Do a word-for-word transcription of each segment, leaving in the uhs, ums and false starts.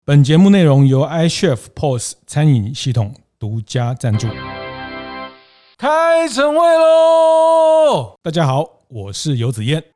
本节目内容由 iChef P O S 餐饮系统独家赞助。开晨会喽！大家好，我是游子燕。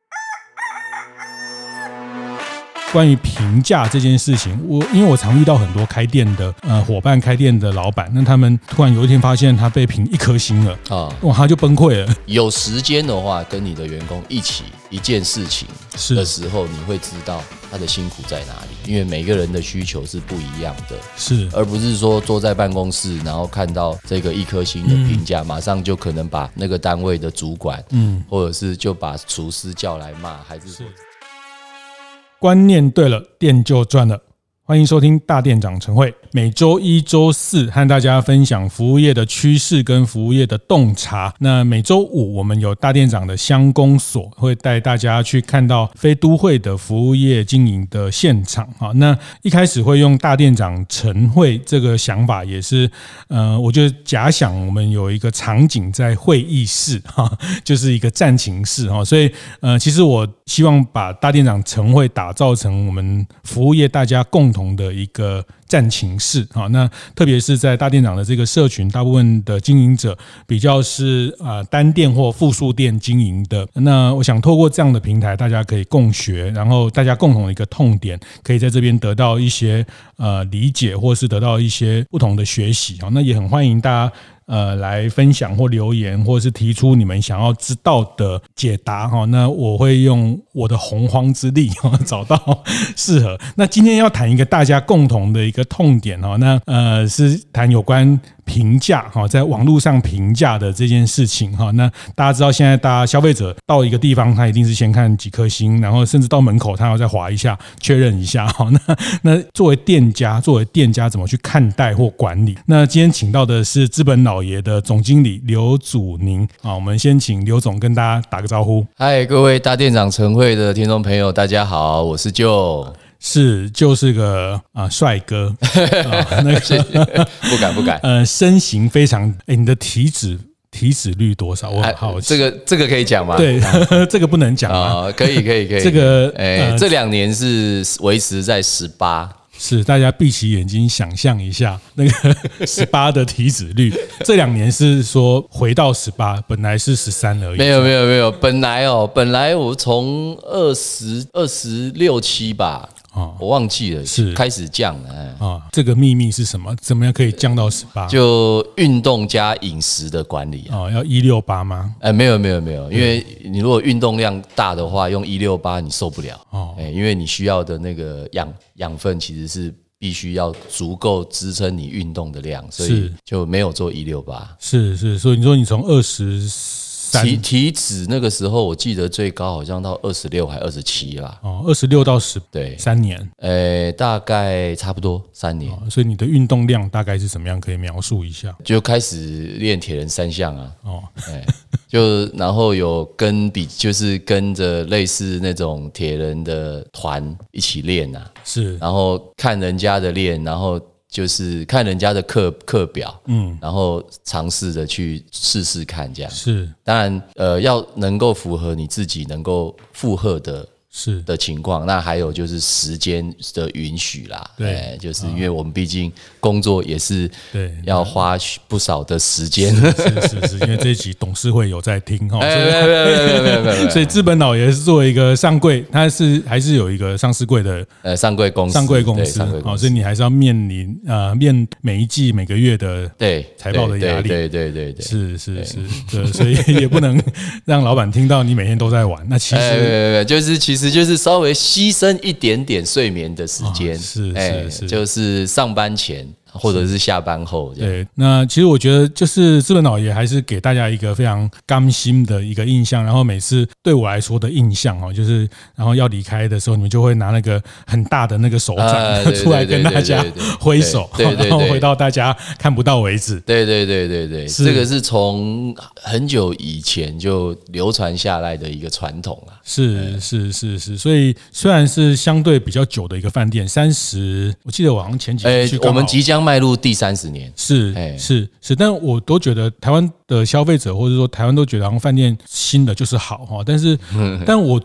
关于评价这件事情，我因为我常遇到很多开店的呃伙伴、开店的老板，那他们突然有一天发现他被评一颗星了啊，哇，他就崩溃了。 有时间的话，跟你的员工一起一件事情的时候，你会知道他的辛苦在哪里，因为每个人的需求是不一样的， 是， 而不是说坐在办公室，然后看到这个一颗星的评价，嗯、马上就可能把那个单位的主管，嗯，或者是就把厨师叫来骂，还是说。 观念对了，店就赚了。欢迎收听大店长晨会，每周一、周四和大家分享服务业的趋势跟服务业的洞察。那每周五我们有大店长的乡公所，会带大家去看到非都会的服务业经营的现场。那一开始会用大店长晨会这个想法，也是呃，我就假想我们有一个场景在会议室，就是一个战情室。所以呃，其实我希望把大店长晨会打造成我们服务业大家共同的一个战情室。那特别是在大店长的这个社群，大部分的经营者比较是单店或复数店经营的。那我想透过这样的平台，大家可以共学，然后大家共同的一个痛点，可以在这边得到一些呃理解，或是得到一些不同的学习。那也很欢迎大家呃，来分享或留言，或者是提出你们想要知道的解答哈。那我会用我的洪荒之力找到适合。那今天要谈一个大家共同的一个痛点哈，那呃是谈有关评价哈，在网络上评价的这件事情哈。那大家知道，现在大家消费者到一个地方，他一定是先看几颗星，然后甚至到门口他要再滑一下确认一下哈。那那作为店家，作为店家怎么去看待或管理？那今天请到的是资本老爷的总经理刘祖宁啊，我们先请刘总跟大家打个招呼。 嗨，各位大店长晨会的听众朋友，大家好，我是就。 是，就是个啊帅哥，啊、那个不敢不敢， 呃，身形非常，哎，你的体脂体脂率多少？我很好奇， 这个这个可以讲吗？ 对，这个不能讲啊、 哦，可以可以可以。 这个， 哎、呃，这两年是维持在十八。 是，大家闭起眼睛想象一下那个十八的体脂率，这两年是说回到十八，本来是十三而已。 没有没有没有，本来哦，本来我从二十二十六七吧。哦、我忘记了，是开始降了。哎、 哦，这个秘密是什么？怎么样可以降到十八？ 就运动加饮食的管理、啊。 哦，要一六八吗？ 哎，没有没有没有，因为你如果运动量大的话，用一六八你受不了。哦，哎，因为你需要的那个养养分其实是必须要足够支撑你运动的量，所以就没有做一六八。 是是，所以你说你从二十。 体体脂那个时候，我记得最高好像到二十六还二十七啦。 哦，二十六到十， 对， 三年， 呃，大概差不多三年、哦。 所以你的运动量大概是怎么样？可以描述一下？ 就开始练铁人三项啊。哦，哎，就然后有跟比，就是跟着类似那种铁人的团一起练啊。 是， 然后看人家的练，然后。就是看人家的课课表，嗯，然后尝试着去试试看，这样是。 当然，呃，要能够符合你自己能够负荷的。 是的情况，那还有就是时间的允许啦， 对， 欸、就是因为我们毕竟工作也是对要花不少的时间， 是是 是, 是，因为这一集董事会有在听哈， 没有没有没有没有没有， 所以资本老爷是作为一个上柜，他是还是有一个上市柜的呃上柜公司， 上柜公司，好，所以你还是要面临呃面每一季每个月的对财报的压力， 对对对对， 是是是，对，所以也不能让老板听到你每天都在玩，那其实就是其实。就是稍微牺牲一点点睡眠的时间、哦， 是是是、欸， 就是上班前或者是下班后这样。 对，那其实我觉得就是资本老爷还是给大家一个非常甘心的一个印象，然后每次对我来说的印象哦，就是然后要离开的时候，你们就会拿那个很大的那个手掌、呃、出来跟大家挥手，然后回到大家看不到为止。 对对对对对，这个是从很久以前就流传下来的一个传统啊。 是是是是，所以虽然是相对比较久的一个饭店，三十，我记得我好像前几年去、欸， 我们即将迈入第三十年， 是是是，但我都觉得台湾的消费者或者说台湾都觉得好像饭店新的就是好哈，但是但我觉得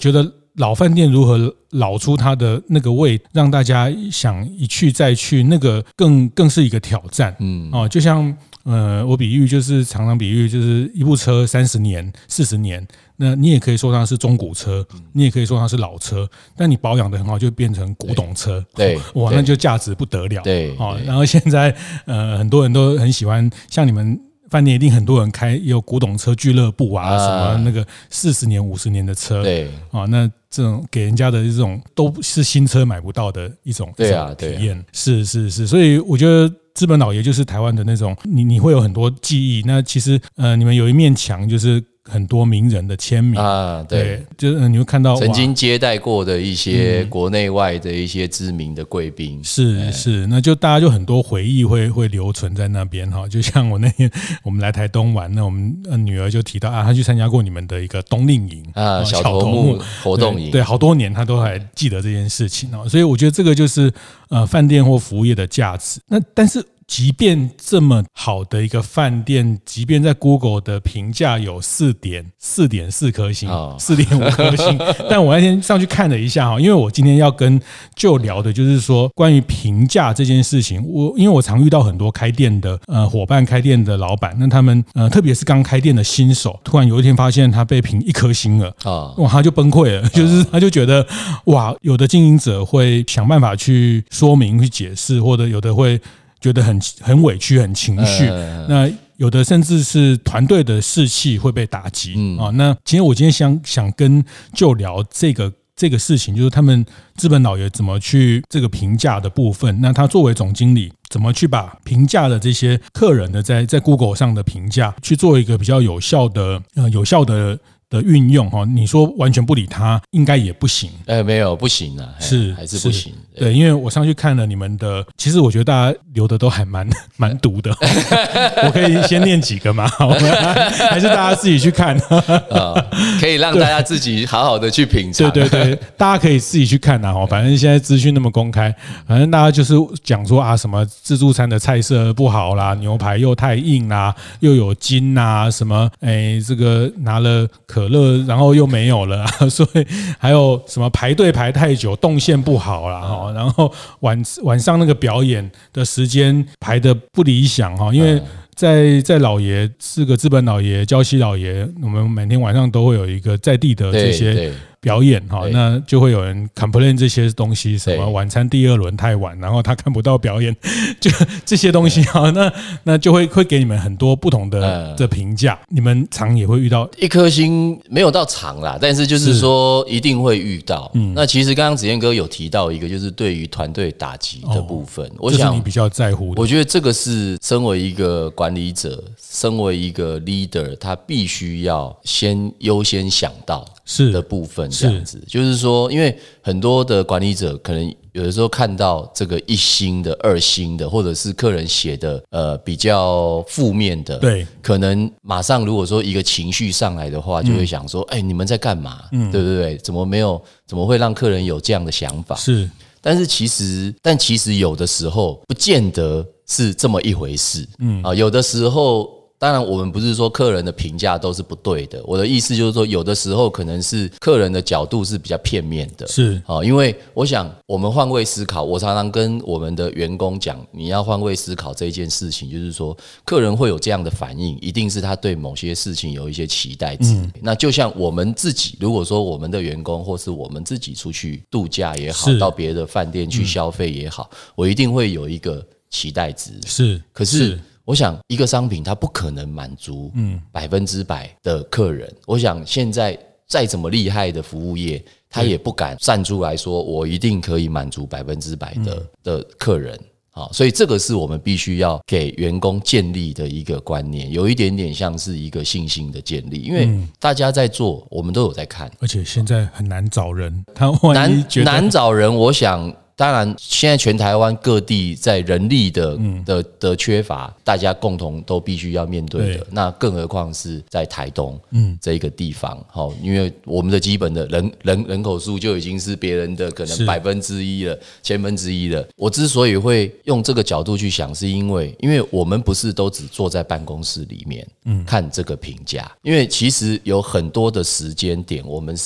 老饭店如何老出它的那个味，让大家想一去再去，那个更更是一个挑战。嗯，哦，就像呃，我比喻就是常常比喻就是一部车三十年、四十年，那你也可以说它是中古车，你也可以说它是老车，但你保养的很好，就变成古董车。 对， 哦、哇，那就价值不得了。 对， 哦，然后现在呃，很多人都很喜欢，像你们。饭店一定很多人开，也有古董车俱乐部啊，啊什么那个四十年、五十年的车， 对啊，那这种给人家的这种都是新车买不到的一种对啊体验，啊、是是是，所以我觉得资本老爷就是台湾的那种，你你会有很多记忆。那其实呃，你们有一面墙就是很多名人的签名啊，对，对就是、呃、你会看到曾经接待过的一些国内外的一些知名的贵宾，嗯、 是是，那就大家就很多回忆会会留存在那边哈。就像我那天我们来台东玩，那我们女儿就提到啊，她去参加过你们的一个冬令营啊，小头目活动营， 对，好多年她都还记得这件事情哦。所以我觉得这个就是呃饭店或服务业的价值。那但是。即便这么好的一个饭店，即便在 Google 的评价有四点四点四颗星，四点五颗星，但我那天上去看了一下哈，因为我今天要跟就聊的就是说关于评价这件事情。我因为我常遇到很多开店的呃伙伴、开店的老板，那他们呃特别是刚开店的新手，突然有一天发现他被评一颗星了啊，哇，他就崩溃了，就是他就觉得哇，有的经营者会想办法去说明、去解释，或者有的会。觉得很很委屈、很情绪，呃、那有的甚至是团队的士气会被打击、嗯、啊。那其实我今天想想跟就聊这个这个事情，就是他们资本老爷怎么去这个评价的部分。那他作为总经理，怎么去把评价的这些客人的在在 Google 上的评价，去做一个比较有效的呃有效的。的运用哈，你说完全不理他，应该也不行。 哎，没有不行啊，是还是不行。 对，因为我上去看了你们的，其实我觉得大家留的都还蛮蛮毒的。我可以先念几个吗？还是大家自己去看？ 啊，可以让大家自己好好的去品尝。 对对对，大家可以自己去看啊。反正现在资讯那么公开，反正大家就是讲说啊，什么自助餐的菜色不好啦，牛排又太硬啦，又有筋啦，什么哎，这个拿了可。可乐，然后又没有了、啊，所以还有什么排队排太久，动线不好啦，哈，然后晚晚上那个表演的时间排得不理想哈，因为在在老爷是个资本老爷、礁溪老爷，我们每天晚上都会有一个在地的这些表演哈，那就会有人 complain 这些东西，什么晚餐第二轮太晚，然后他看不到表演，就这些东西哈，那那就会会给你们很多不同的的评价，你们常也会遇到一颗星没有到常啦，但是就是说一定会遇到。嗯，那其实刚刚子燕哥有提到一个，就是对于团队打击的部分，哦、 我想你比较在乎的。 我觉得这个是身为一个管理者，身为一个 leader， 他必须要先优先想到的部分。这样子，就是说，因为很多的管理者可能有的时候看到这个一星的、二星的，或者是客人写的呃比较负面的， 对， 可能马上如果说一个情绪上来的话，就会想说，哎、嗯欸，你们在干嘛？嗯，对不对？怎么没有？怎么会让客人有这样的想法？ 是， 但是其实，但其实有的时候不见得是这么一回事。嗯啊，有的时候。当然，我们不是说客人的评价都是不对的。我的意思就是说，有的时候可能是客人的角度是比较片面的。 是啊，因为我想我们换位思考，我常常跟我们的员工讲，你要换位思考这一件事情，就是说客人会有这样的反应，一定是他对某些事情有一些期待值。嗯、那就像我们自己，如果说我们的员工或是我们自己出去度假也好，到别的饭店去消费也好，嗯、我一定会有一个期待值。 是， 可是。是我想一个商品它不可能满足百分之百的客人，我想现在再怎么厉害的服务业，他也不敢站出来说我一定可以满足百分之百的的客人。好，所以这个是我们必须要给员工建立的一个观念，有一点点像是一个信心的建立，因为大家在做，我们都有在看， 而且现在很难找人，他万一觉得难难找人，我想。当然，现在全台湾各地在人力的、嗯、的的缺乏，大家共同都必须要面对的。那更何况是在台东这一个地方，好、嗯，因为我们的基本的人人人口数就已经是别人的可能百分之一了，千分之一了。我之所以会用这个角度去想，是因为因为我们不是都只坐在办公室里面看这个评价，因为其实有很多的时间点，我们是。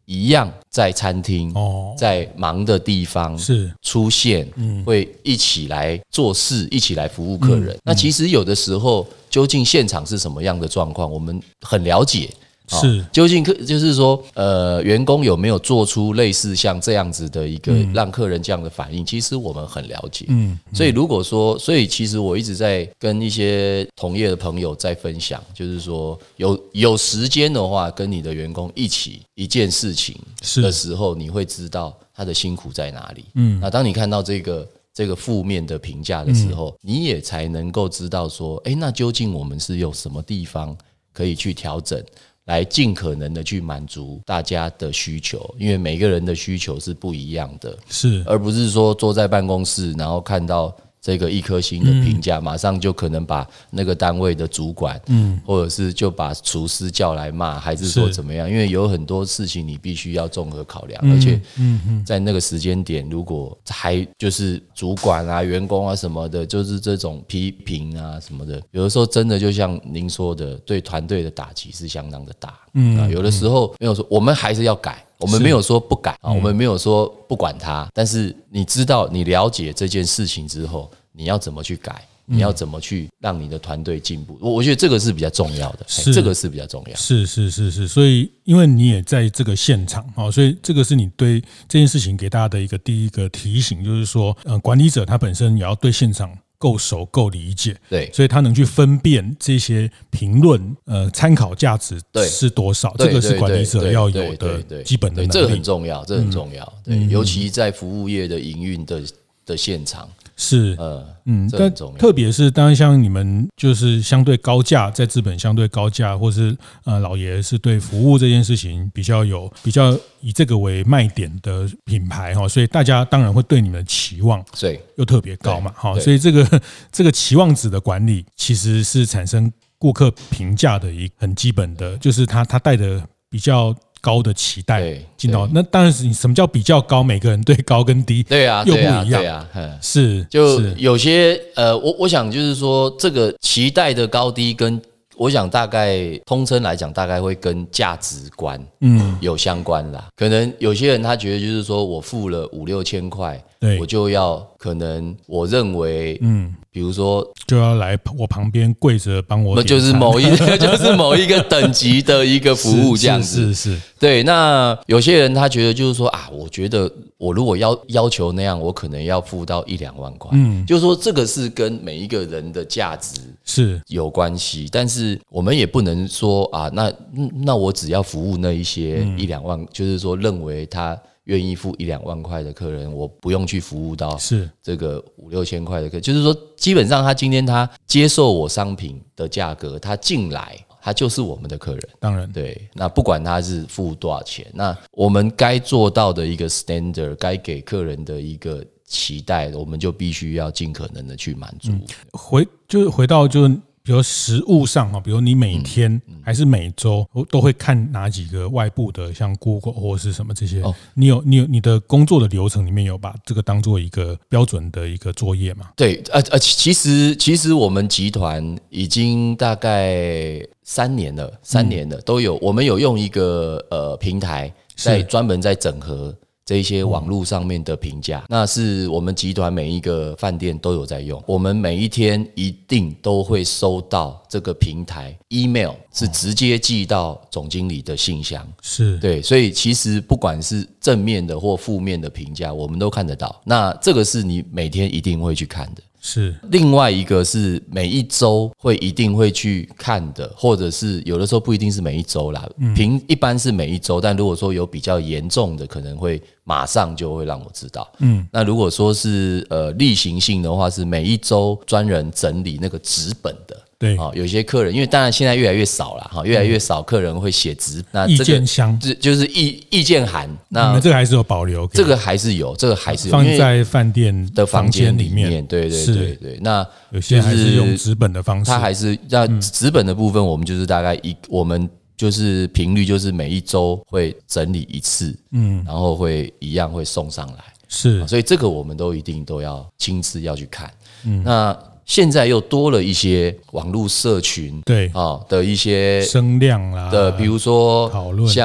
一样在餐厅、哦、在忙的地方是出现、嗯、会一起来做事，一起来服务客人、嗯、那其实有的时候究竟现场是什么样的状况我们很了解，是、哦、究竟就是说呃，员工有没有做出类似像这样子的一个让客人这样的反应、嗯、其实我们很了解、嗯嗯、所以如果说所以其实我一直在跟一些同业的朋友在分享，就是说有有时间的话跟你的员工一起一件事情的时候，你会知道他的辛苦在哪里。嗯，那当你看到这个这个负面的评价的时候、嗯、你也才能够知道说，哎，那究竟我们是有什么地方可以去调整，来尽可能的去满足大家的需求，因为每个人的需求是不一样的，是，而不是说坐在办公室，然后看到这个一颗星的评价、嗯，马上就可能把那个单位的主管，嗯，或者是就把厨师叫来骂，还是说怎么样？因为有很多事情你必须要综合考量，嗯、而且在那个时间点，如果还就是主管啊、员工啊什么的，就是这种批评啊什么的，有的时候真的就像您说的，对团队的打击是相当的大。嗯，啊、有的时候没有说我们还是要改。我们没有说不改啊、嗯，我们没有说不管它，但是你知道，你了解这件事情之后，你要怎么去改？你要怎么去让你的团队进步？我我觉得这个是比较重要的，是这个是比较重要。 是是是是，所以因为你也在这个现场啊，所以这个是你对这件事情给大家的一个第一个提醒，就是说，呃，管理者他本身也要对现场够熟、够理解，对，所以他能去分辨这些评论，呃，参考价值是多少，这个是管理者要有的基本的能力， 这个很重要，这个很重要，对，嗯、尤其在服务业的营运的的现场。 是，呃，嗯，但特别是当然像你们就是相对高价，在资本相对高价，或是呃老爷是对服务这件事情比较有比较以这个为卖点的品牌哈，所以大家当然会对你们的期望又特别高嘛，哈，所以这个这个期望值的管理其实是产生顾客评价的一很基本的，就是他他带的比较高的期待进到，那当然是你什么叫比较高？每个人对高跟低， 对啊， 又不一样， 对啊， 是就有些呃，我我想就是说，这个期待的高低跟我想大概通称来讲，大概会跟价值观嗯有相关啦。可能有些人他觉得就是说我付了五六千块，我就要可能我认为嗯。比如说， 就要来我旁边跪着帮我点餐， 就是某一就是某一个等级的一个服务这样子， 是是是， 对。那有些人他觉得就是说啊，我觉得我如果要要求那样，我可能要付到一两万块，嗯，就是说这个是跟每一个人的价值是有关系，但是我们也不能说啊，那那我只要服务那一些一两万，嗯、就是说认为他。愿意付一两万块的客人，我不用去服务到是这个五六千块的客人，就是说，基本上他今天他接受我商品的价格，他进来，他就是我们的客人。 当然， 对，那不管他是付多少钱，那我们该做到的一个 standard， 该给客人的一个期待，我们就必须要尽可能的去满足。嗯、 回就是回到就是。比如实务上哈，比如你每天还是每周都会看哪几个外部的，像 Google 或是什么这些？哦、你有你有你的工作的流程里面有把这个当做一个标准的一个作业吗？ 对，呃呃，其实其实我们集团已经大概三年了，三年了、嗯、都有，我们有用一个呃平台在专门在整合。这一些网络上面的评价，那是我们集团每一个饭店都有在用。我们每一天一定都会收到这个平台 email， 是直接寄到总经理的信箱。是对，所以其实不管是正面的或负面的评价，我们都看得到。那这个是你每天一定会去看的。是，另外一个是每一周会一定会去看的，或者是有的时候不一定是每一周啦，平一般是每一周，但如果说有比较严重的，可能会马上就会让我知道。嗯，那如果说是呃例行性的话，是每一周专人整理那个纸本的。对，哦，有些客人，因为当然现在越来越少了哈，越来越少客人会写纸，那意见箱就是意意见函，那你们这个还是有保留， 这个还是有，这个还是有放在饭店的房间里面，对对对对。那有些还是用纸本的方式， 它还是那纸本的部分，我们就是大概一我们就是频率就是每一周会整理一次，嗯，然后会一样会送上来，是，所以这个我们都一定都要亲自要去看，嗯，那。现在又多了一些网络社群，对啊的一些声量啦的，比如说讨论，像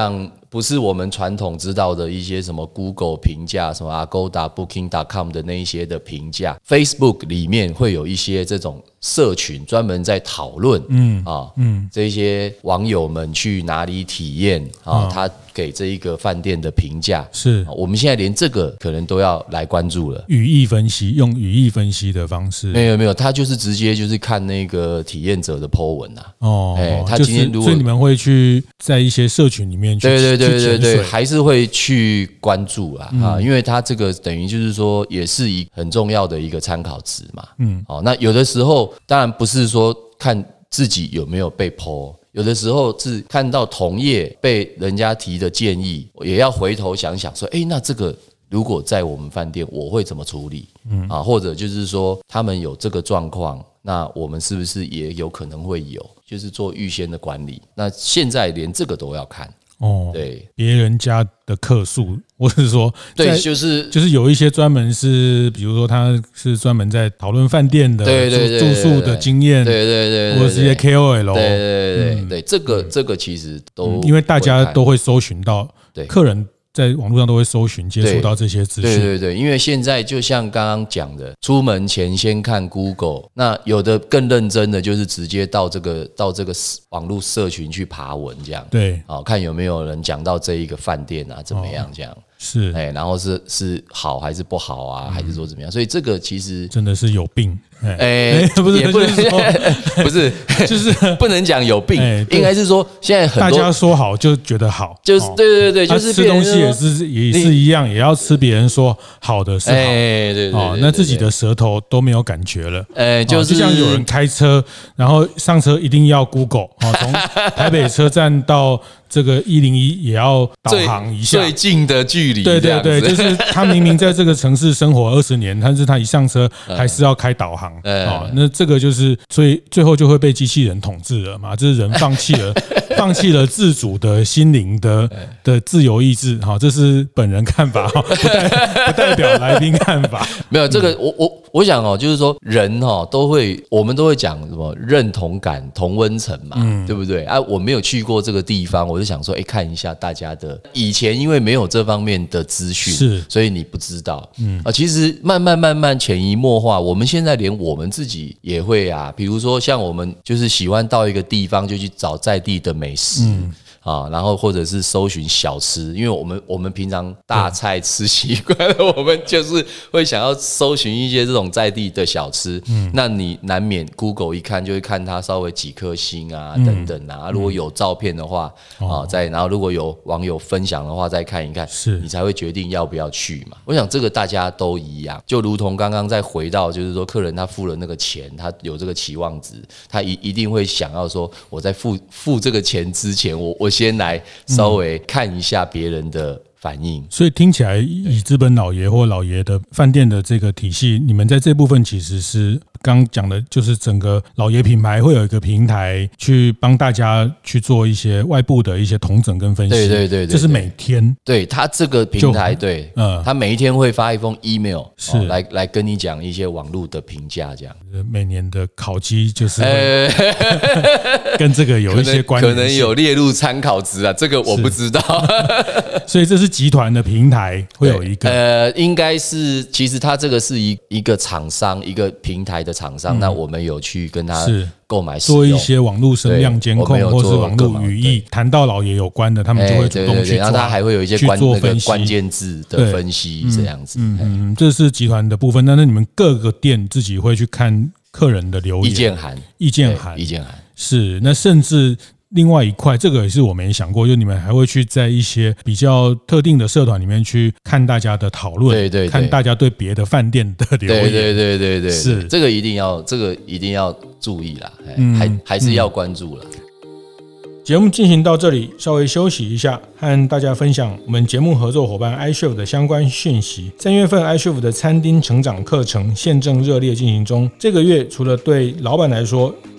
不是我们传统知道的一些什么 Google 评价、什么 Agoda、Booking 点 com 的那一些的评价 ，Facebook 里面会有一些这种社群专门在讨论，嗯啊，嗯，这些网友们去哪里体验啊，他给这一个饭店的评价， 是我们现在连这个可能都要来关注了。 语义分析，用语义分析的方式， 没有没有，他就是直接就是看那个体验者的 po 文啊。 哦，哎，他今天如果、就是、所以你们会去在一些社群里面去， 对对对对对，还是会去关注啦、嗯、啊，因为他这个等于就是说也是一很重要的一个参考值嘛。嗯，好、哦，那有的时候当然不是说看自己有没有被 po。有的时候是看到同业被人家提的建议，也要回头想想说，哎，那这个如果在我们饭店，我会怎么处理？嗯啊，或者就是说他们有这个状况，那我们是不是也有可能会有，就是做预先的管理？那现在连这个都要看。哦，对， 别人家的客诉，或是说， 对，就是就是有一些专门是，比如说他是专门在讨论饭店的住宿的经验， 对对对， 或者是一些 K O L， 对对对对对，这个这个其实都因为大家都会搜寻到，对客人。在网络上都会搜寻接触到这些资讯， 对对对，因为现在就像刚刚讲的，出门前先看 Google， 那有的更认真的就是直接到这个到这个网络社群去爬文这样， 对， 好看有没有人讲到这一个饭店啊怎么样这样。哦是， 哎，然后是是好还是不好啊，嗯、还是说怎么样？所以这个其实真的是有病， 哎，不是，也不能不是，就是不能讲有病，应该是说现在很多大家说好就觉得好， 就是对对对，就是吃东西也是也是一样，也要吃别人说好的是好， 哎，对对， 那自己的舌头都没有感觉了， 哎，就是就像有人开车，然后上车一定要 Google， 从台北车站到这个一零一也要导航一下最近的距离， 对对对，就是他明明在这个城市生活二十年，但是他一上车还是要开导航，哦，那这个就是所以最后就会被机器人统治了嘛，这是人放弃了放弃了自主的心灵的的自由意志，哈，这是本人看法，不代不代表来宾看法。 没有这个，我我我想哦，就是说人哦都会，我们都会讲什么认同感、同温层嘛，嗯、对不对啊？我没有去过这个地方，我就想说，哎，看一下大家的以前，因为没有这方面的资讯， 是， 所以你不知道，嗯啊，其实慢慢慢慢潜移默化，我们现在连我们自己也会啊，比如说像我们就是喜欢到一个地方就去找在地的美食。嗯啊，然后或者是搜寻小吃，因为我们我们平常大菜吃习惯了，我们就是会想要搜寻一些这种在地的小吃。嗯，那你难免 Google 一看就会看它稍微几颗星啊，等等啊。如果有照片的话啊，再然后如果有网友分享的话，再看一看， 是你才会决定要不要去嘛。我想这个大家都一样，就如同刚刚再回到，就是说客人他付了那个钱，他有这个期望值，他一一定会想要说，我在付付这个钱之前，我我先来稍微看一下别人的反应。 所以听起来，以资本老爷或老爷的饭店的这个体系，你们在这部分其实是刚讲的，就是整个老爷品牌会有一个平台去帮大家去做一些外部的一些统整跟分析。 对对 对, 对， 这是每天。 对他这个平台，对，嗯，他每一天会发一封 email， 是、哦、来来跟你讲一些网络的评价，这样。 每年的考绩就是跟这个有一些关联，可能有列入参考值啊，这个我不知道。 所以这是集团的平台会有一个， 呃，应该是，其实它这个是一一个厂商，一个平台的厂商，嗯、那我们有去跟他购买使用， 做一些网络声量监控，或是网络语义谈到老爷有关的，他们就会主动去做。 然后他还会有一些关那个关键字的分析，这样子。 嗯嗯，这是集团的部分。那那你们各个店自己会去看客人的留言、 意见函、 意见函、 意见函是。那甚至另外一块，这个也是我没想过，就你们还会去在一些比较特定的社团里面去看大家的讨论， 对对， 看大家对别的饭店的留言， 对对对对对， 是这个一定要，这个一定要注意啦，嗯、还还是要关注了。嗯节目进行到这里，稍微休息一下，和大家分享我们节目合作伙伴 iChef 的相关讯息。三月份 iChef 的餐厅成长课程现正热烈进行中。这个月除了对老板来说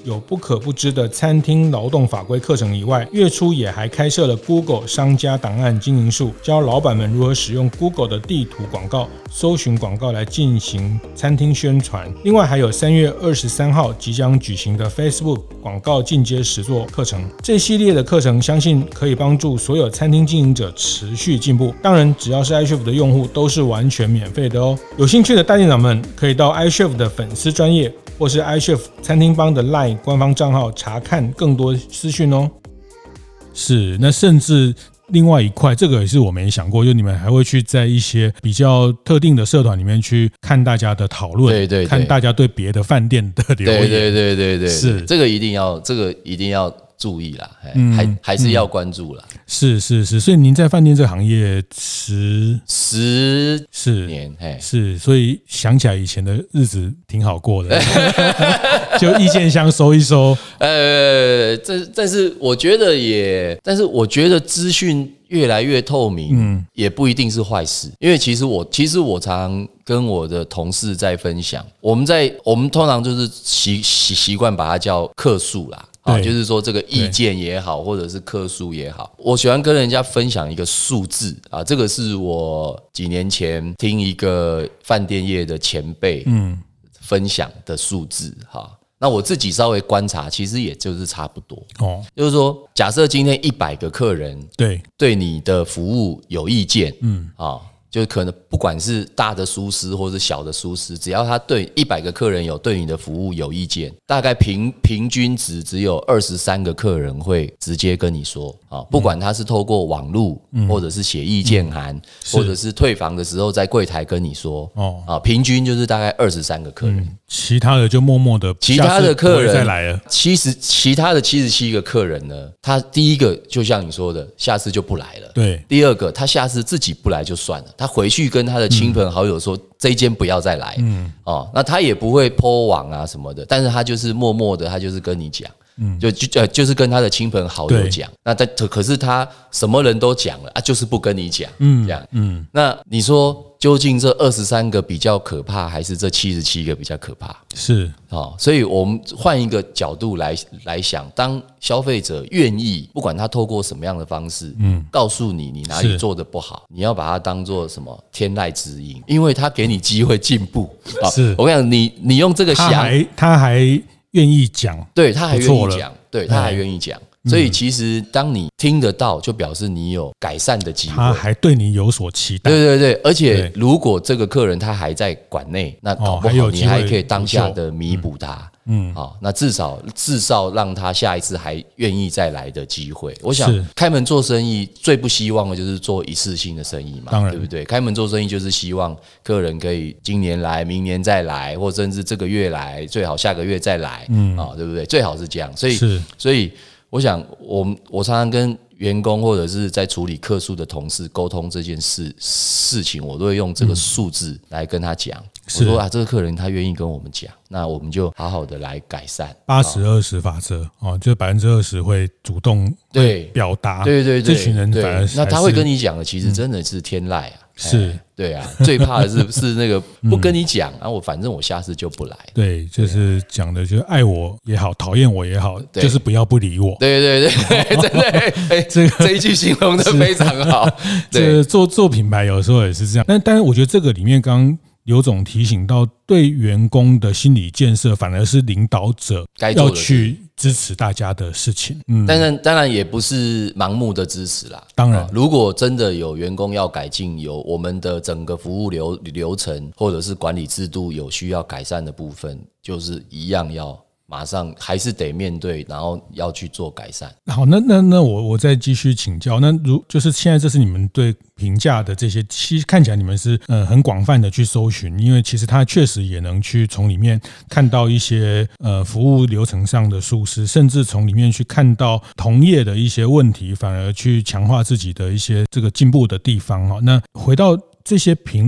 有不可不知的餐厅劳动法规课程以外，月初也还开设了 Google 商家档案经营术，教老板们如何使用 Google 的地图广告、搜寻广告来进行餐厅宣传。另外还有三月二十三号即将举行的 Facebook 广告进阶实作课程，这系列的课程相信可以帮助所有餐厅经营者持续进步。当然，只要是 iChef 的用户都是完全免费的哦。有兴趣的大店长们可以到 iChef 的粉丝专页或是 iChef 餐厅帮的 LINE 官方账号查看更多资讯哦。是，那甚至另外一块，这个也是我没想过，就你们还会去在一些比较特定的社团里面去看大家的讨论， 对对对， 看大家对别的饭店的留言， 对对对对对， 是这个一定要，这个一定要注意啦，嗯、还还是要关注啦。 嗯、是是是，所以您在饭店这个行业十十是年， 是，所以想起来以前的日子挺好过的，就意见箱收一收。 呃，这但是我觉得也，但是我觉得资讯越来越透明，嗯，也不一定是坏事，因为其实我其实我常跟我的同事在分享，我们在我们通常就是习习习惯把它叫客诉啦。啊，就是说这个意见也好，或者是客诉也好，我喜欢跟人家分享一个数字啊，这个是我几年前听一个饭店业的前辈嗯分享的数字哈。那我自己稍微观察，其实也就是差不多哦。就是说，假设今天一百个客人对对你的服务有意见，嗯啊。就可能不管是大的疏失或是小的疏失，只要他对一百个客人有对你的服务有意见，大概平平均值只有二十三个客人会直接跟你说啊，不管他是透过网路，或者是写意见函，嗯、或者是退房的时候在柜台跟你说哦啊，平均就是大概二十三个客人、嗯， 其他的就默默的， 其他的客人再来了， 七十其他的七十七个客人呢，他第一个就像你说的，下次就不来了，对，第二个他下次自己不来就算了。他回去跟他的亲朋好友说、嗯、这一间不要再来、嗯哦、那他也不会 po 网啊什么的，但是他就是默默的，他就是跟你讲，嗯、就就呃就是跟他的亲朋好友讲，那他可是他什么人都讲了啊，就是不跟你讲，嗯，这样，嗯，那你说究竟这二十三个比较可怕，还是这七十七个比较可怕？是哦，所以我们换一个角度来来想，当消费者愿意，不管他透过什么样的方式，嗯，告诉你你哪里做的不好，你要把它当做什么天籁之音，因为他给你机会进步。是，我跟你讲，你你用这个想， 他还他还愿意讲， 对，他还愿意讲，对，他还愿意讲。所以其实当你听得到，就表示你有改善的机会， 他还对你有所期待。 对对对，而且如果这个客人他还在馆内，那搞不好你还可以当下的弥补他。嗯，好，那至少至少让他下一次还愿意再来的机会。我想开门做生意最不希望的就是做一次性的生意嘛，对不对？开门做生意就是希望客人可以今年来，明年再来，或甚至这个月来，最好下个月再来，嗯，啊，对不对？最好是这样。所以，所以。我想我，我我常常跟员工或者是在处理客诉的同事沟通这件事事情，我都会用这个数字来跟他讲。我说啊，这个客人他愿意跟我们讲，那我们就好好的来改善。 八十二十法则哦，就百分之二十会主动对表达， 对对对， 这群人反而那他会跟你讲的，其实真的是天籁啊。是，对啊，最怕的是是那个不跟你讲，然后我反正我下次就不来。 对，就是讲的，就是爱我也好，讨厌我也好，就是不要不理我。 对对对，真的，哎，这个这一句形容的非常好。 这做做品牌有时候也是这样，但但是我觉得这个里面刚刚刘总提醒到，对员工的心理建设，反而是领导者要去支持大家的事情。嗯， 当然，当然也不是盲目的支持啦。 当然， 如果真的有员工要改进，有我们的整个服务流流程或者是管理制度有需要改善的部分，就是一样要。马上还是得面对，然后要去做改善。 好，那那那我我再继续请教。那如就是现在这是你们对评价的这些，其实看起来你们是呃很广泛的去搜寻，因为其实它确实也能去从里面看到一些呃服务流程上的疏失，甚至从里面去看到同业的一些问题，反而去强化自己的一些这个进步的地方哈。那回到这些评论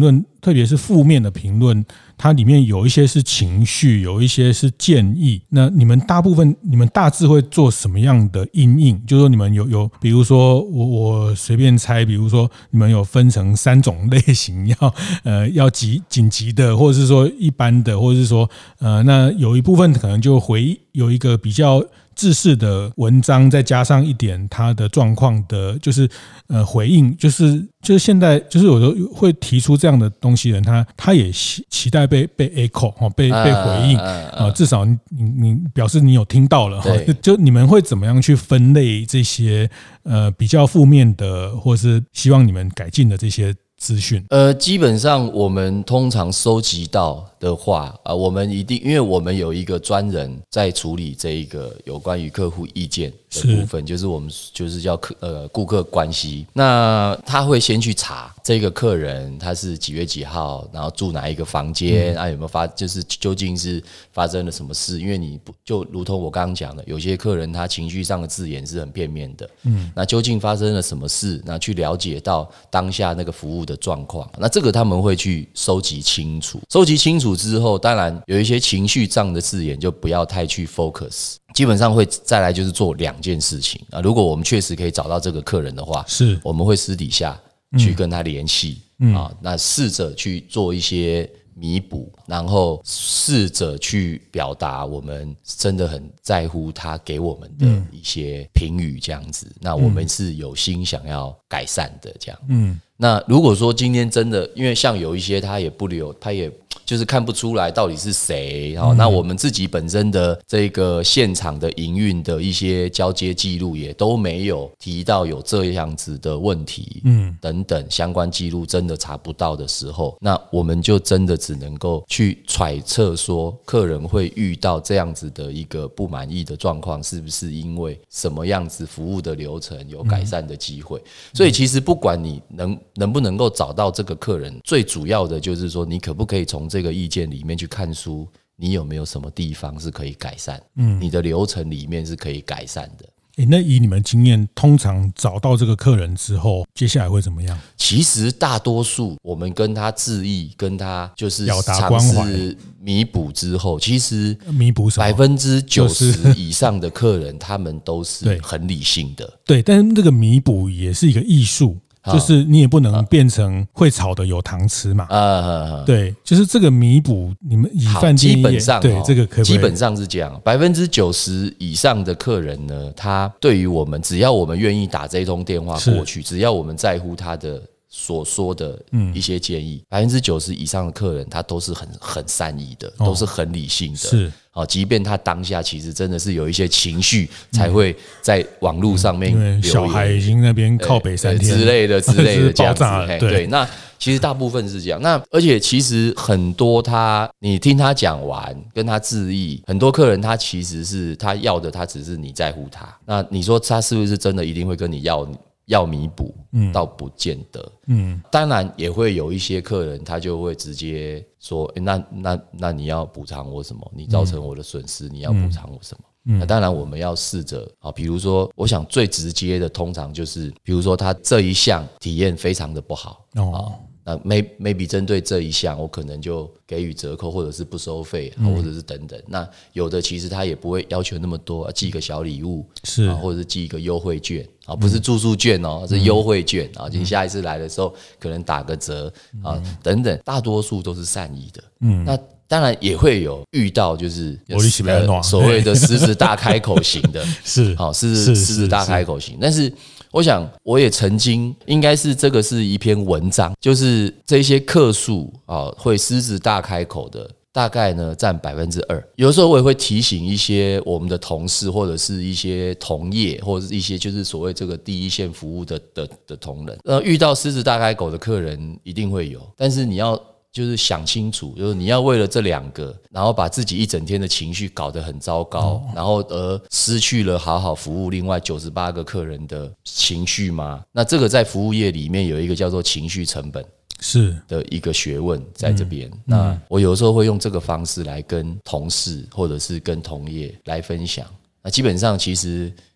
特别是负面的评论，它里面有一些是情绪，有一些是建议。那你们大部分，你们大致会做什么样的因应？就是说你们有有，比如说我我随便猜，比如说你们有分成三种类型，要呃要急紧急的，或者是说一般的，或者是说呃那有一部分可能就回有一个比较制式的文章，再加上一点他的状况的，就是呃回应，就是就是现在就是有的会提出这样的东西的人，他他也期待被被 echo 哦，被被回应啊，至少你你表示你有听到了哈。就你们会怎么样去分类这些呃比较负面的，或是希望你们改进的这些资讯？ 呃，基本上我们通常收集到的话，啊，我们一定，因为我们有一个专人在处理这一个有关于客户意见的部分，就是我们就是叫客呃顾客关系。那他会先去查这个客人他是几月几号，然后住哪一个房间、嗯、啊，有没有发，就是究竟是发生了什么事？因为你就如同我刚刚讲的，有些客人他情绪上的字眼是很片面的，嗯，那究竟发生了什么事？那去了解到当下那个服务的状况，那这个他们会去收集清楚，收集清楚之后，当然有一些情绪上的字眼就不要太去 focus。基本上会再来就是做两件事情啊，如果我们确实可以找到这个客人的话，是我们会私底下去跟他联系、嗯、啊，那试着去做一些弥补，然后试着去表达我们真的很在乎他给我们的一些评语，这样子、嗯，那我们是有心想要改善的这样。嗯，那如果说今天真的，因为像有一些他也不留，他也就是看不出来到底是谁、嗯、那我们自己本身的这个现场的营运的一些交接记录也都没有提到有这样子的问题，嗯，等等相关记录真的查不到的时候，那我们就真的只能够去揣测说客人会遇到这样子的一个不满意的状况，是不是因为什么样子服务的流程有改善的机会、嗯、所以其实不管你能能不能够找到这个客人，最主要的就是说你可不可以从这个意见里面去看出你有没有什么地方是可以改善，嗯，你的流程里面是可以改善的。 欸、那以你们经验，通常找到这个客人之后，接下来会怎么样？ 其实大多数我们跟他致意，跟他就是尝试弥补之后，其实弥补什么？ 百分之九十以上的客人，他们都是很理性的。 对，但是这个弥补也是一个艺术。就是你也不能变成会炒的有糖吃嘛，啊，对，就是这个弥补，你们以饭店业基本上对这个可不可以？ 基本上是这样，百分之九十以上的客人呢，他对于我们，只要我们愿意打这一通电话过去，只要我们在乎他的所说的一些建议，百分之九十以上的客人他都是很很善意的，都是很理性的，是。哦，即便他当下其实真的是有一些情绪，才会在网络上面留言、嗯、 小孩已经那边靠北三天之类的之类的这样子， 爆炸了。对， 对，那其实大部分是这样。那而且其实很多他，你听他讲完，跟他致意，很多客人他其实是他要的，他只是你在乎他。那你说他是不是真的一定会跟你要？要弥补，倒不见得。嗯，当然也会有一些客人，他就会直接说：“欸、那那那你要补偿我什么？你造成我的损失，你要补偿我什么？”嗯，那当然我们要试着啊，比如说，我想最直接的，通常就是，比如说他这一项体验非常的不好哦。那 maybe 针对这一项，我可能就给予折扣，或者是不收费，或者是等等。那有的其实他也不会要求那么多，寄个小礼物是，或者是寄一个优惠券啊，不是住宿券哦，是优惠券啊。你下一次来的时候可能打个折啊，等等。大多数都是善意的。嗯，那当然也会有遇到就是呃所谓的狮子大开口型的，是好狮子狮子大开口型，但是。我想，我也曾经应该是这个是一篇文章，就是这些客诉啊会狮子大开口的，大概呢占百分之二。有的时候我也会提醒一些我们的同事，或者是一些同业，或者是一些就是所谓这个第一线服务的的的同仁，呃，遇到狮子大开口的客人一定会有，但是你要。就是想清楚，就是你要为了这两个，然后把自己一整天的情绪搞得很糟糕，哦、然后而失去了好好服务另外九十八个客人的情绪吗？那这个在服务业里面有一个叫做情绪成本是的一个学问在这边。嗯、那我有时候会用这个方式来跟同事或者是跟同业来分享。那基本上其实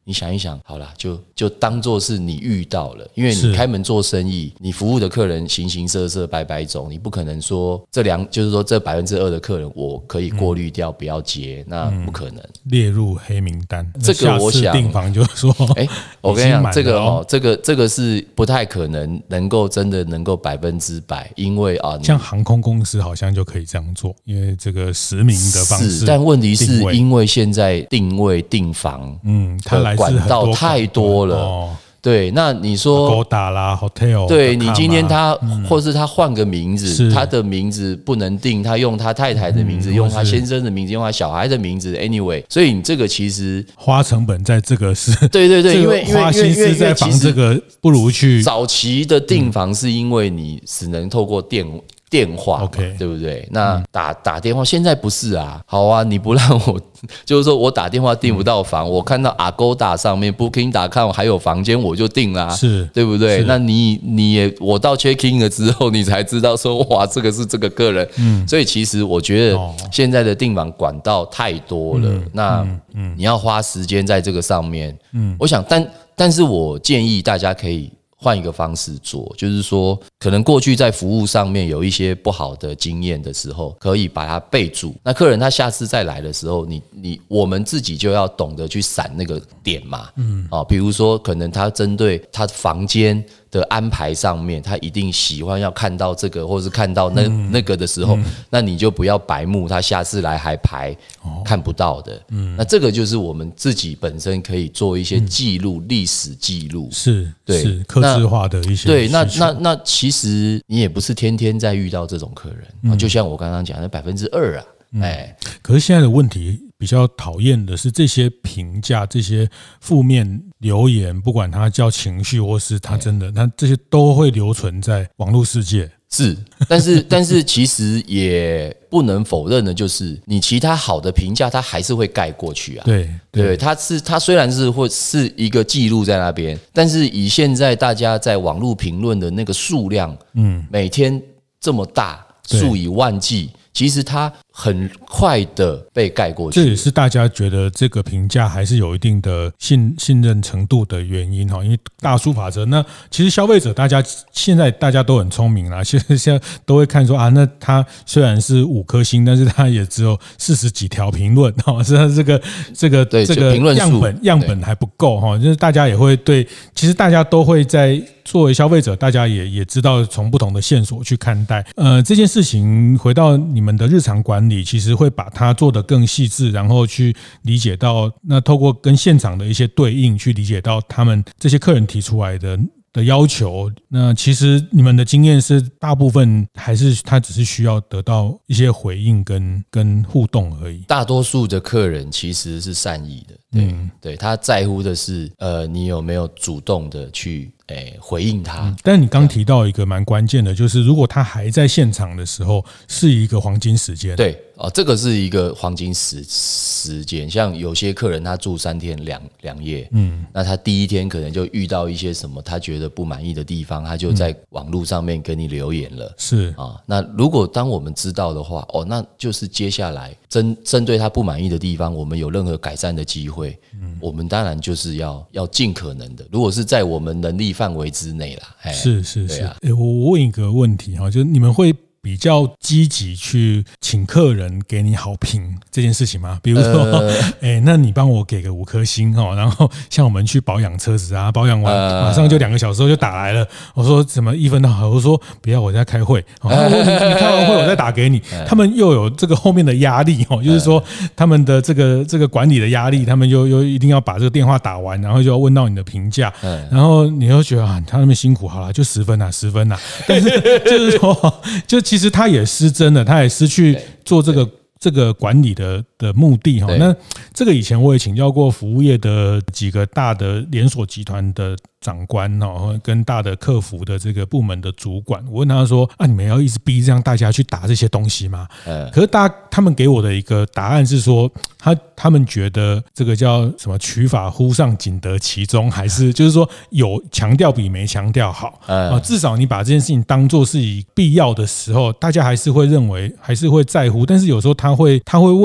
你想一想，好啦，就就当做是你遇到了，因为你开门做生意，你服务的客人形形色色、百百种，你不可能说这两就是说这百分之二的客人我可以过滤掉，不要接，那不可能列入黑名单。 这个我想订房就说， 哎，我跟你讲，这个哦，这个这个是不太可能能够真的能够百分之百，因为啊， 像航空公司好像就可以这样做，因为这个实名的方式。 但问题是因为现在定位订房，嗯，它来管道太多了。哦，对，那你说 Agoda 啦 ，Hotel， 对你今天他，嗯、或是他换个名字，他的名字不能定，他用他太太的名字，嗯、用他先生的名字，用他小孩的名字 ，anyway， 所以你这个其实花成本在这个是， 对对对，因为花心思在防这个，不如去早期的订房是因为你只能透过电。电话 ，OK， 对不对？那打打电话，现在不是啊。好啊，你不让我，就是说我打电话订不到房，嗯、我看到 Agoda 上面 Booking 点 com 还有房间，我就订啦， 是对不对？那你你也我到 check in 了之后，你才知道说哇，这个是这个个人。嗯，所以其实我觉得现在的订房管道太多了，嗯、那、嗯嗯、你要花时间在这个上面。嗯，我想，但但是我建议大家可以。换一个方式做，就是说，可能过去在服务上面有一些不好的经验的时候，可以把它备注。那客人他下次再来的时候，你你我们自己就要懂得去闪那个点嘛，嗯，啊，比如说可能他针对他房间的安排上面，他一定喜欢要看到这个，或是看到那、嗯、那个的时候，嗯、那你就不要白目，他下次来还排、哦、看不到的。嗯，那这个就是我们自己本身可以做一些记录，历、嗯、史记录， 是， 对， 是客制化的一些。 对，那那那其实你也不是天天在遇到这种客人，嗯、就像我刚刚讲的百分之二啊，嗯、哎， 可是现在的问题。比较讨厌的是这些评价、这些负面留言，不管它叫情绪或是它真的，那这些都会留存在网络世界。 是，但是但是其实也不能否认的，就是你其他好的评价，它还是会盖过去啊。 对对，它是它虽然是会是一个记录在那边，但是以现在大家在网络评论的那个数量，嗯，每天这么大，数以万计。其实它很快的被盖过去， 这也是大家觉得这个评价还是有一定的信信任程度的原因哈。因为大数法则，那其实消费者大家现在大家都很聪明啦，现在现在都会看说啊，那它虽然是五颗星，但是它也只有四十几条评论哈，是它这个这个这个样本样本还不够哈，就是大家也会对，其实大家都会在。作为消费者，大家也也知道从不同的线索去看待，呃，这件事情回到你们的日常管理，其实会把它做得更细致，然后去理解到，那透过跟现场的一些对应，去理解到他们这些客人提出来的。的要求，那其实你们的经验是大部分还是他只是需要得到一些回应跟跟互动而已。 大多数的客人其实是善意的，对、嗯、对，他在乎的是呃你有没有主动的去诶回应他。嗯、 但你刚提到一个蛮关键的，就是如果他还在现场的时候，是一个黄金时间。 对。哦，这个是一个黄金时时间，像有些客人他住三天两两夜，嗯，那他第一天可能就遇到一些什么他觉得不满意的地方，他就在网络上面跟你留言了， 是啊。那如果当我们知道的话，哦，那就是接下来针针对他不满意的地方，我们有任何改善的机会，嗯，我们当然就是要要尽可能的，如果是在我们能力范围之内啦， 是是是。啊欸、我问一个问题哈，就是你们会。比较积极去请客人给你好评这件事情吗？比如说，哎、呃欸，那你帮我给个五颗星哦。然后像我们去保养车子啊，保养完马上就两个小时后就打来了。我说怎么一分到好？我说不要，我在开会。哦、你, 你开完会我再打给你。他们又有这个后面的压力哦，就是说他们的这个这个管理的压力，他们又又一定要把这个电话打完，然后就要问到你的评价。然后你又觉得啊，他那边辛苦好了，就十分啊，十分啊。但是就是说，就其实。其实他也失真了，他也失去做这个这个管理的的目的哈。那这个以前我也请教过服务业的几个大的连锁集团的长官哦，跟大的客服的这个部门的主管，我问他说：“啊，你们要一直逼让大家去打这些东西吗？”嗯，可是大他们给我的一个答案是说，他他们觉得这个叫什么“取法乎上，仅得其中”，还是就是说有强调比没强调好啊。至少你把这件事情当作是以必要的时候，大家还是会认为，还是会在乎。但是有时候他会他会为了这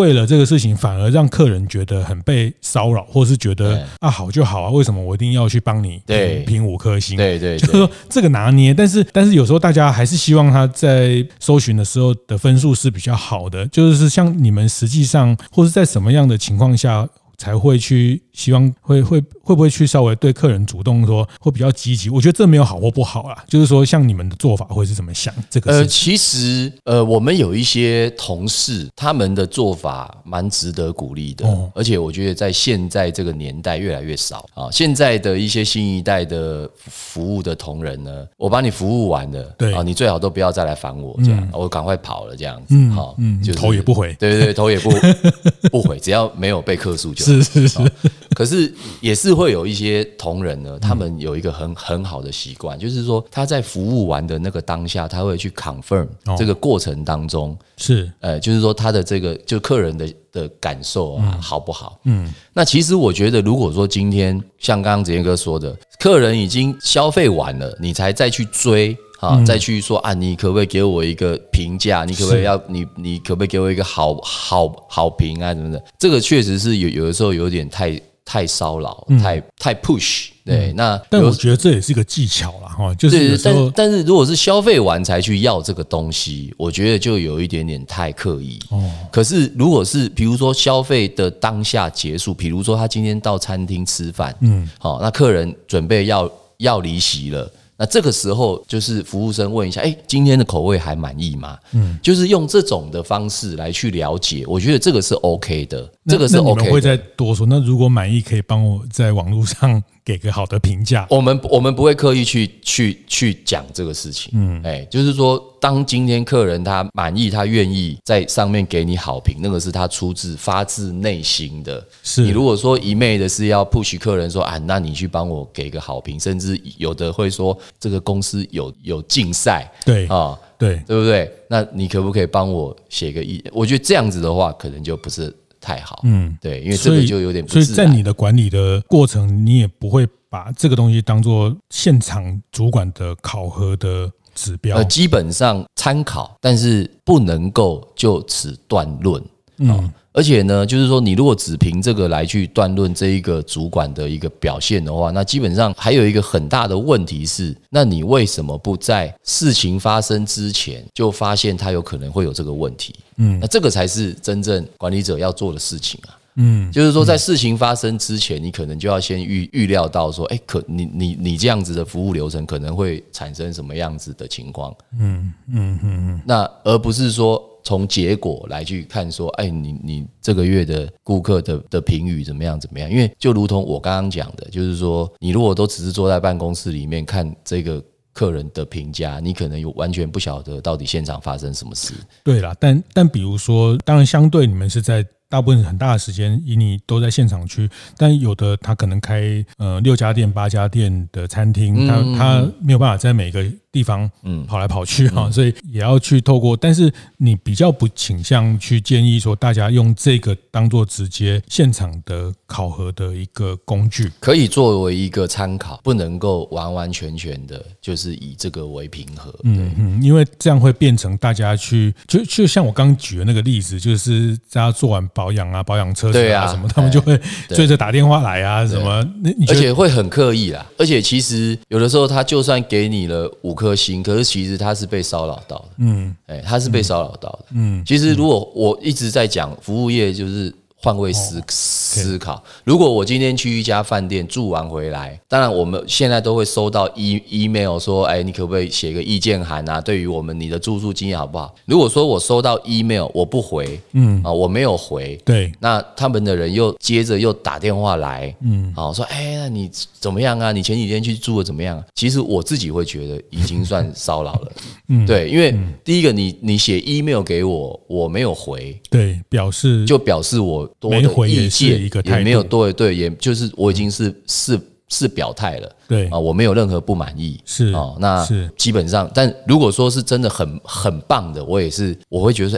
个事情反而让客人觉得很被骚扰，或是觉得啊好就好啊，为什么我一定要去帮你评五颗星？ 对对， 就是说这个拿捏，但是但是有时候大家还是希望他在搜寻的时候的分数是比较好的，就是像你们实际上或是在什么样的情况下才会去希望会会会不会去稍微对客人主动说会比较积极？我觉得这没有好或不好啦，就是说像你们的做法会是怎么想这个事情？ 呃，其实呃，我们有一些同事，他们的做法蛮值得鼓励的，哦、而且我觉得在现在这个年代越来越少啊。现在的一些新一代的服务的同仁呢，我把你服务完了，对啊，你最好都不要再来烦我，这样、嗯、我赶快跑了，这样子，好、 嗯，嗯， 就是头也不回， 对对对，头也不不回，只要没有被客诉就好。 是是是， 可是也是会有一些同仁呢，他们有一个很很好的习惯，就是说他在服务完的那个当下，他会去 confirm 这个过程当中是呃，就是说他的这个就客人的的感受啊、嗯、好不好？嗯，那其实我觉得，如果说今天像刚刚子健哥说的，客人已经消费完了，你才再去追。啊，再去说啊，你可不可以给我一个评价？你可不可以要你你可不可以给我一个好好好评啊？什么的？这个确实是有有的时候有点太太骚扰，嗯、太太 push。对，嗯、那但我觉得这也是一个技巧啦，哈，就是有时候， 但但是如果是消费完才去要这个东西，我觉得就有一点点太刻意。哦，可是如果是比如说消费的当下结束，比如说他今天到餐厅吃饭，嗯，好，那客人准备要要离席了。那这个时候就是服务生问一下，哎、欸，今天的口味还满意吗？嗯，就是用这种的方式来去了解，我觉得这个是 OK 的，这个是 OK 的。 那你们会再多说？那如果满意，可以帮我在网络上给个好的评价。 我们我们不会刻意去去去讲这个事情，嗯，哎、欸，就是说，当今天客人他满意，他愿意在上面给你好评，那个是他出自发自内心的。是你如果说一昧的是要 push 客人说啊，那你去帮我给个好评，甚至有的会说这个公司有有竞赛， 对啊， 对对不对？那你可不可以帮我写个意见？我觉得这样子的话，可能就不是太好，嗯，对，因为这个就有点不自然。 所以在你的管理的过程，你也不会把这个东西当作现场主管的考核的指标， 呃，基本上参考，但是不能够就此断论，嗯。而且呢，就是说，你如果只凭这个来去断论这一个主管的一个表现的话，那基本上还有一个很大的问题是，那你为什么不在事情发生之前就发现他有可能会有这个问题？嗯，那这个才是真正管理者要做的事情啊。嗯，就是说，在事情发生之前，你可能就要先预预料到说，哎、欸，可你你你这样子的服务流程可能会产生什么样子的情况？嗯嗯嗯嗯，那而不是说。从结果来去看说，哎，你你这个月的顾客的的评语怎么样怎么样？因为就如同我刚刚讲的，就是说，你如果都只是坐在办公室里面看这个客人的评价，你可能有完全不晓得到底现场发生什么事。 对啦，但但比如说，当然相对你们是在大部分很大的时间，以你都在现场去，但有的他可能开呃六家店、八家店的餐厅，他他没有办法在每个地方跑来跑去哈，所以也要去透过。但是你比较不倾向去建议说，大家用这个当做直接现场的考核的一个工具， 可以作为一个参考，不能够完完全全的就是以这个为平衡。嗯嗯，因为这样会变成大家去，就就像我刚举的那个例子，就是大家做完保养啊、保养车子啊什么，他们就会追着打电话来啊什么， 而且会很刻意啦。而且其实有的时候他就算给你了五颗星，可是其实他是被骚扰到的。嗯，哎，他是被骚扰到的。嗯，其实如果我一直在讲服务业，就是换位思思考。如果我今天去一家饭店住完回来，当然我们现在都会收到 e email 说，哎，你可不可以写个意见函啊？对于我们你的住宿经验好不好？如果说我收到 email 我不回，嗯啊，我没有回， 对， 那他们的人又接着又打电话来，嗯，好说，哎，那你怎么样啊？你前几天去住的怎么样啊？其实我自己会觉得已经算骚扰了，嗯，对，因为第一个你你写 email 给我，我没有回， 对，表示就表示我多的意见也没有对对，也就是我已经是是是表态了，对啊，我没有任何不满意， 是哦，那基本上，但如果说是真的很很棒的，我也是我会觉得说，哎，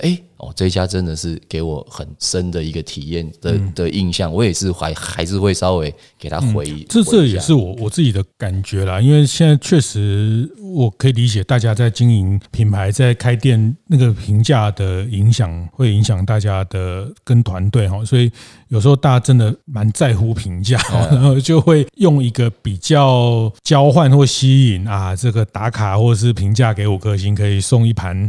哦，这一家真的是给我很深的一个体验的、嗯、的印象，我也是还还是会稍微给他回、嗯、 这这也是我我自己的感觉啦，因为现在确实我可以理解大家在经营品牌在开店那个评价的影响会影响大家的跟团队，所以有时候大家真的蛮在乎评价，然后就会用一个比较交换或吸引啊，这个打卡或是评价给五颗星可以送一盘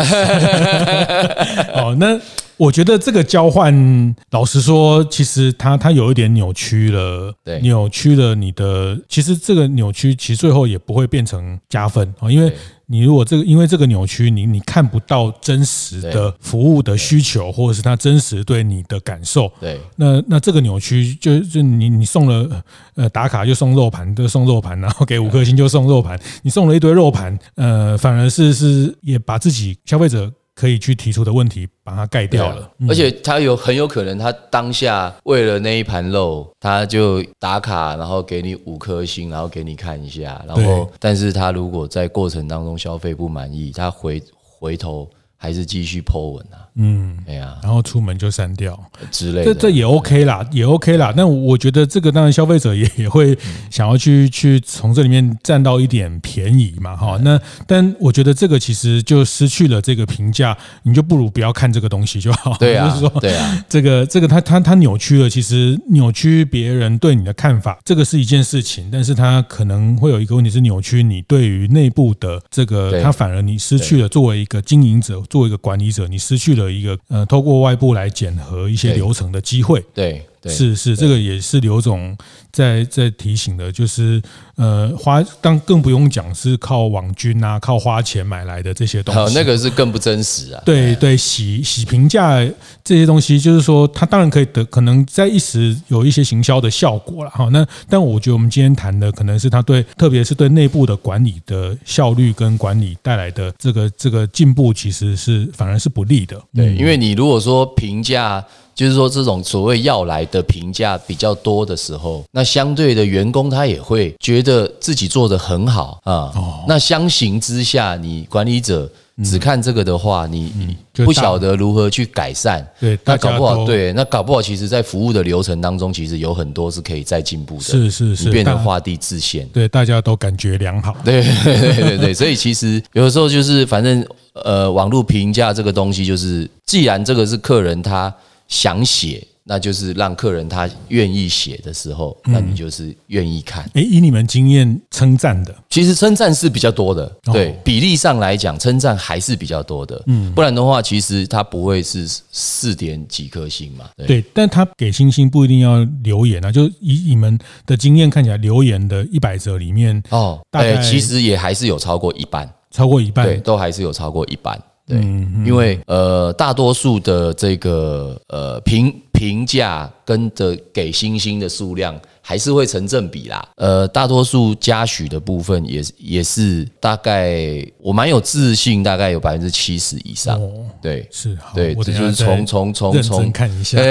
哦，那我觉得这个交换，老实说，其实它它有一点扭曲了，对，扭曲了你的。其实这个扭曲，其实最后也不会变成加分啊，因为你如果这个因为这个扭曲，你你看不到真实的服务的需求，或者是他真实对你的感受，对，那那这个扭曲就就你你送了呃打卡就送肉盘，就送肉盘，然后给五颗星就送肉盘，你送了一堆肉盘，呃，反而是是也把自己消费者可以去提出的问题把它盖掉了， 嗯、而且他有很有可能他当下为了那一盘肉，他就打卡，然后给你五颗星，然后给你看一下，然后但是他如果在过程当中消费不满意，他回回头还是继续 po 文啊，嗯，哎呀， 然后出门就删掉之类的， 这这也 OK 啦，也 OK 啦。那我觉得这个当然消费者也也会想要去去从这里面占到一点便宜嘛，哈。那但我觉得这个其实就失去了这个评价，你就不如不要看这个东西就好。 对啊， 就是说， 对啊， 这个这个它它它扭曲了，其实扭曲别人对你的看法，这个是一件事情，但是它可能会有一个问题是扭曲你对于内部的这个，它反而你失去了作为一个经营者。作为一个管理者，你失去了一个呃，透过外部来检核一些流程的机会。 对，对是是，这个也是刘总在在提醒的，就是呃，花当更不用讲是靠网军啊，靠花钱买来的这些东西， 那个是更不真实啊。 对对，洗洗评价这些东西，就是说，它当然可以得，可能在一时有一些行销的效果了哈。那但我觉得我们今天谈的可能是它对，特别是对内部的管理的效率跟管理带来的这个这个进步，其实是反而是不利的。 对，因为你如果说评价。就是说，这种所谓要来的评价比较多的时候，那相对的员工他也会觉得自己做得很好啊。哦、那相形之下，你管理者只看这个的话，你你不晓得如何去改善。 对， 那搞不好，对，那搞不好，其实在服务的流程当中，其实有很多是可以再进步的。 是是是， 你变成画地自限。 对，大家都感觉良好。 对对对对对，所以其实有的时候就是，反正呃，网络评价这个东西，就是既然这个是客人他。想写，那就是让客人他愿意写的时候，那你就是愿意看。 欸、以你们经验称赞的， 其实称赞是比较多的，对、哦、比例上来讲，称赞还是比较多的。嗯，不然的话，其实它不会是四点几颗星嘛。 对，对但他给星星不一定要留言啊，就以你们的经验看起来，留言的一百则里面，哦，大概、欸、 其实也还是有超过一半， 超过一半， 对，都还是有超过一半。对，因为呃，大多数的这个呃评评价跟的给星星的数量还是会成正比啦。呃，大多数嘉许的部分也也是大概我蛮有自信，大概有百分之七十以上。哦、对， 是， 对，这就是从从从从看一下，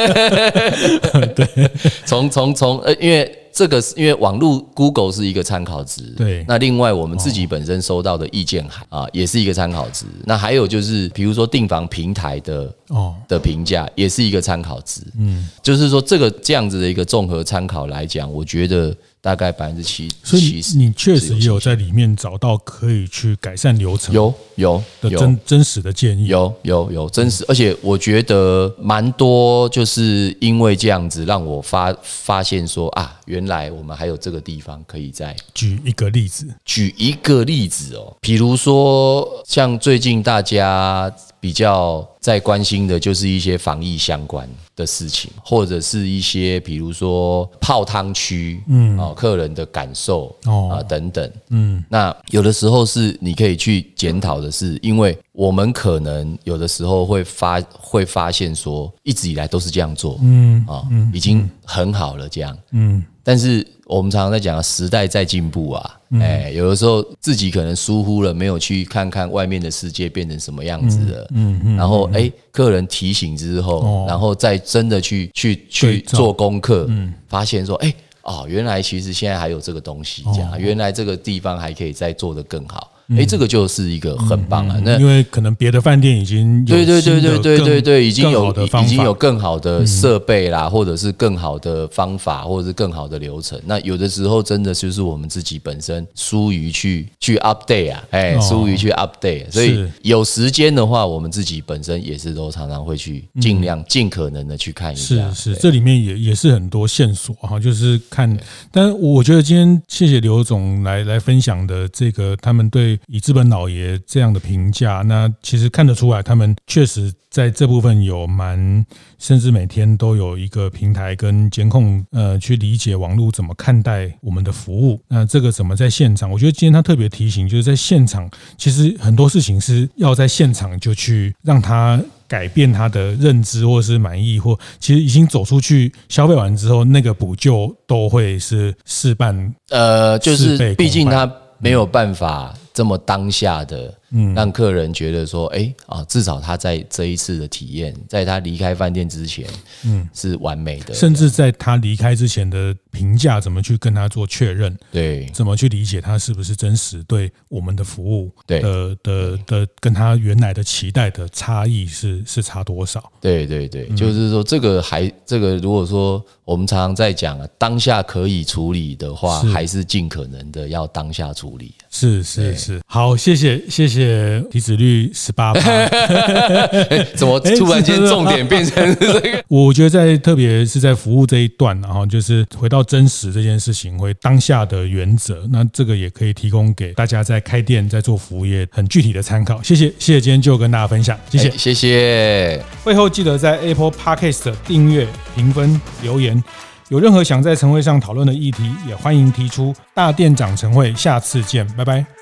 对，从从从呃，因为。这个是因为网络 Google 是一个参考值，对。那另外我们自己本身收到的意见函啊，也是一个参考值。那还有就是，比如说订房平台的哦的评价，也是一个参考值。嗯，就是说这个这样子的一个综合参考来讲，我觉得大概百分之七， 所以你确实也有在里面找到可以去改善流程， 有有的真真实的建议， 有有有真实，而且我觉得蛮多，就是因为这样子让我发发现说啊。原来我们还有这个地方可以再举一个例子， 举一个例子哦，比如说像最近大家比较在关心的就是一些防疫相关的事情，或者是一些比如说泡汤区，嗯，哦，客人的感受哦啊等等，嗯，那有的时候是你可以去检讨的是，因为我们可能有的时候会发会发现说，一直以来都是这样做，嗯啊，已经很好了这样，嗯。但是我们常常在讲时代在进步啊，哎、嗯，有的时候自己可能疏忽了，没有去看看外面的世界变成什么样子了，嗯嗯，然后哎、欸，客人提醒之后，哦、然后再真的去去去做功课，嗯，发现说，哎、欸，哦，原来其实现在还有这个东西，这样，哦、原来这个地方还可以再做得更好。 哎、欸，这个就是一个很棒啊。嗯嗯、 那因为可能别的饭店已经有对对对对对对对，已经有已经有更好的设备啦、嗯，或者是更好的方法，或者是更好的流程。那有的时候真的就是我们自己本身疏于去去 update 啊，哎、欸，疏于去 update，、哦、所以有时间的话，我们自己本身也是都常常会去尽量尽可能的去看一下。 是是，这里面也也是很多线索哈，就是看。但我觉得今天谢谢刘总来来分享的这个他们对以资本老爷这样的评价，那其实看得出来他们确实在这部分有蛮，甚至每天都有一个平台跟监控，呃，去理解网络怎么看待我们的服务。那这个怎么在现场？我觉得今天他特别提醒，就是在现场，其实很多事情是要在现场就去让他改变他的认知，或是满意，或其实已经走出去消费完之后，那个补救都会是事半， 呃，就是毕竟他没有办法这么当下的。嗯，让客人觉得说，哎、欸、啊，至少他在这一次的体验，在他离开饭店之前，嗯，是完美的。 甚至在他离开之前的评价，怎么去跟他做确认？ 对， 怎么去理解他是不是真实对我们的服务的对的的的，跟他原来的期待的差异是是差多少？ 对对对，嗯、就是说这个还这个，如果说我们常常在讲啊，当下可以处理的话，还是尽可能的要当下处理。 是是是，好，谢谢谢谢。体脂率十八趴， 怎么突然间重点变成这个？ 我觉得在特别是在服务这一段，然后就是回到真实这件事情，会当下的原则，那这个也可以提供给大家在开店、在做服务业很具体的参考。谢谢，谢谢今天就跟大家分享，谢谢， 谢谢。 会后记得在 Apple Podcast 订阅、评分、留言。有任何想在晨会上讨论的议题，也欢迎提出。大店长晨会，下次见，拜拜。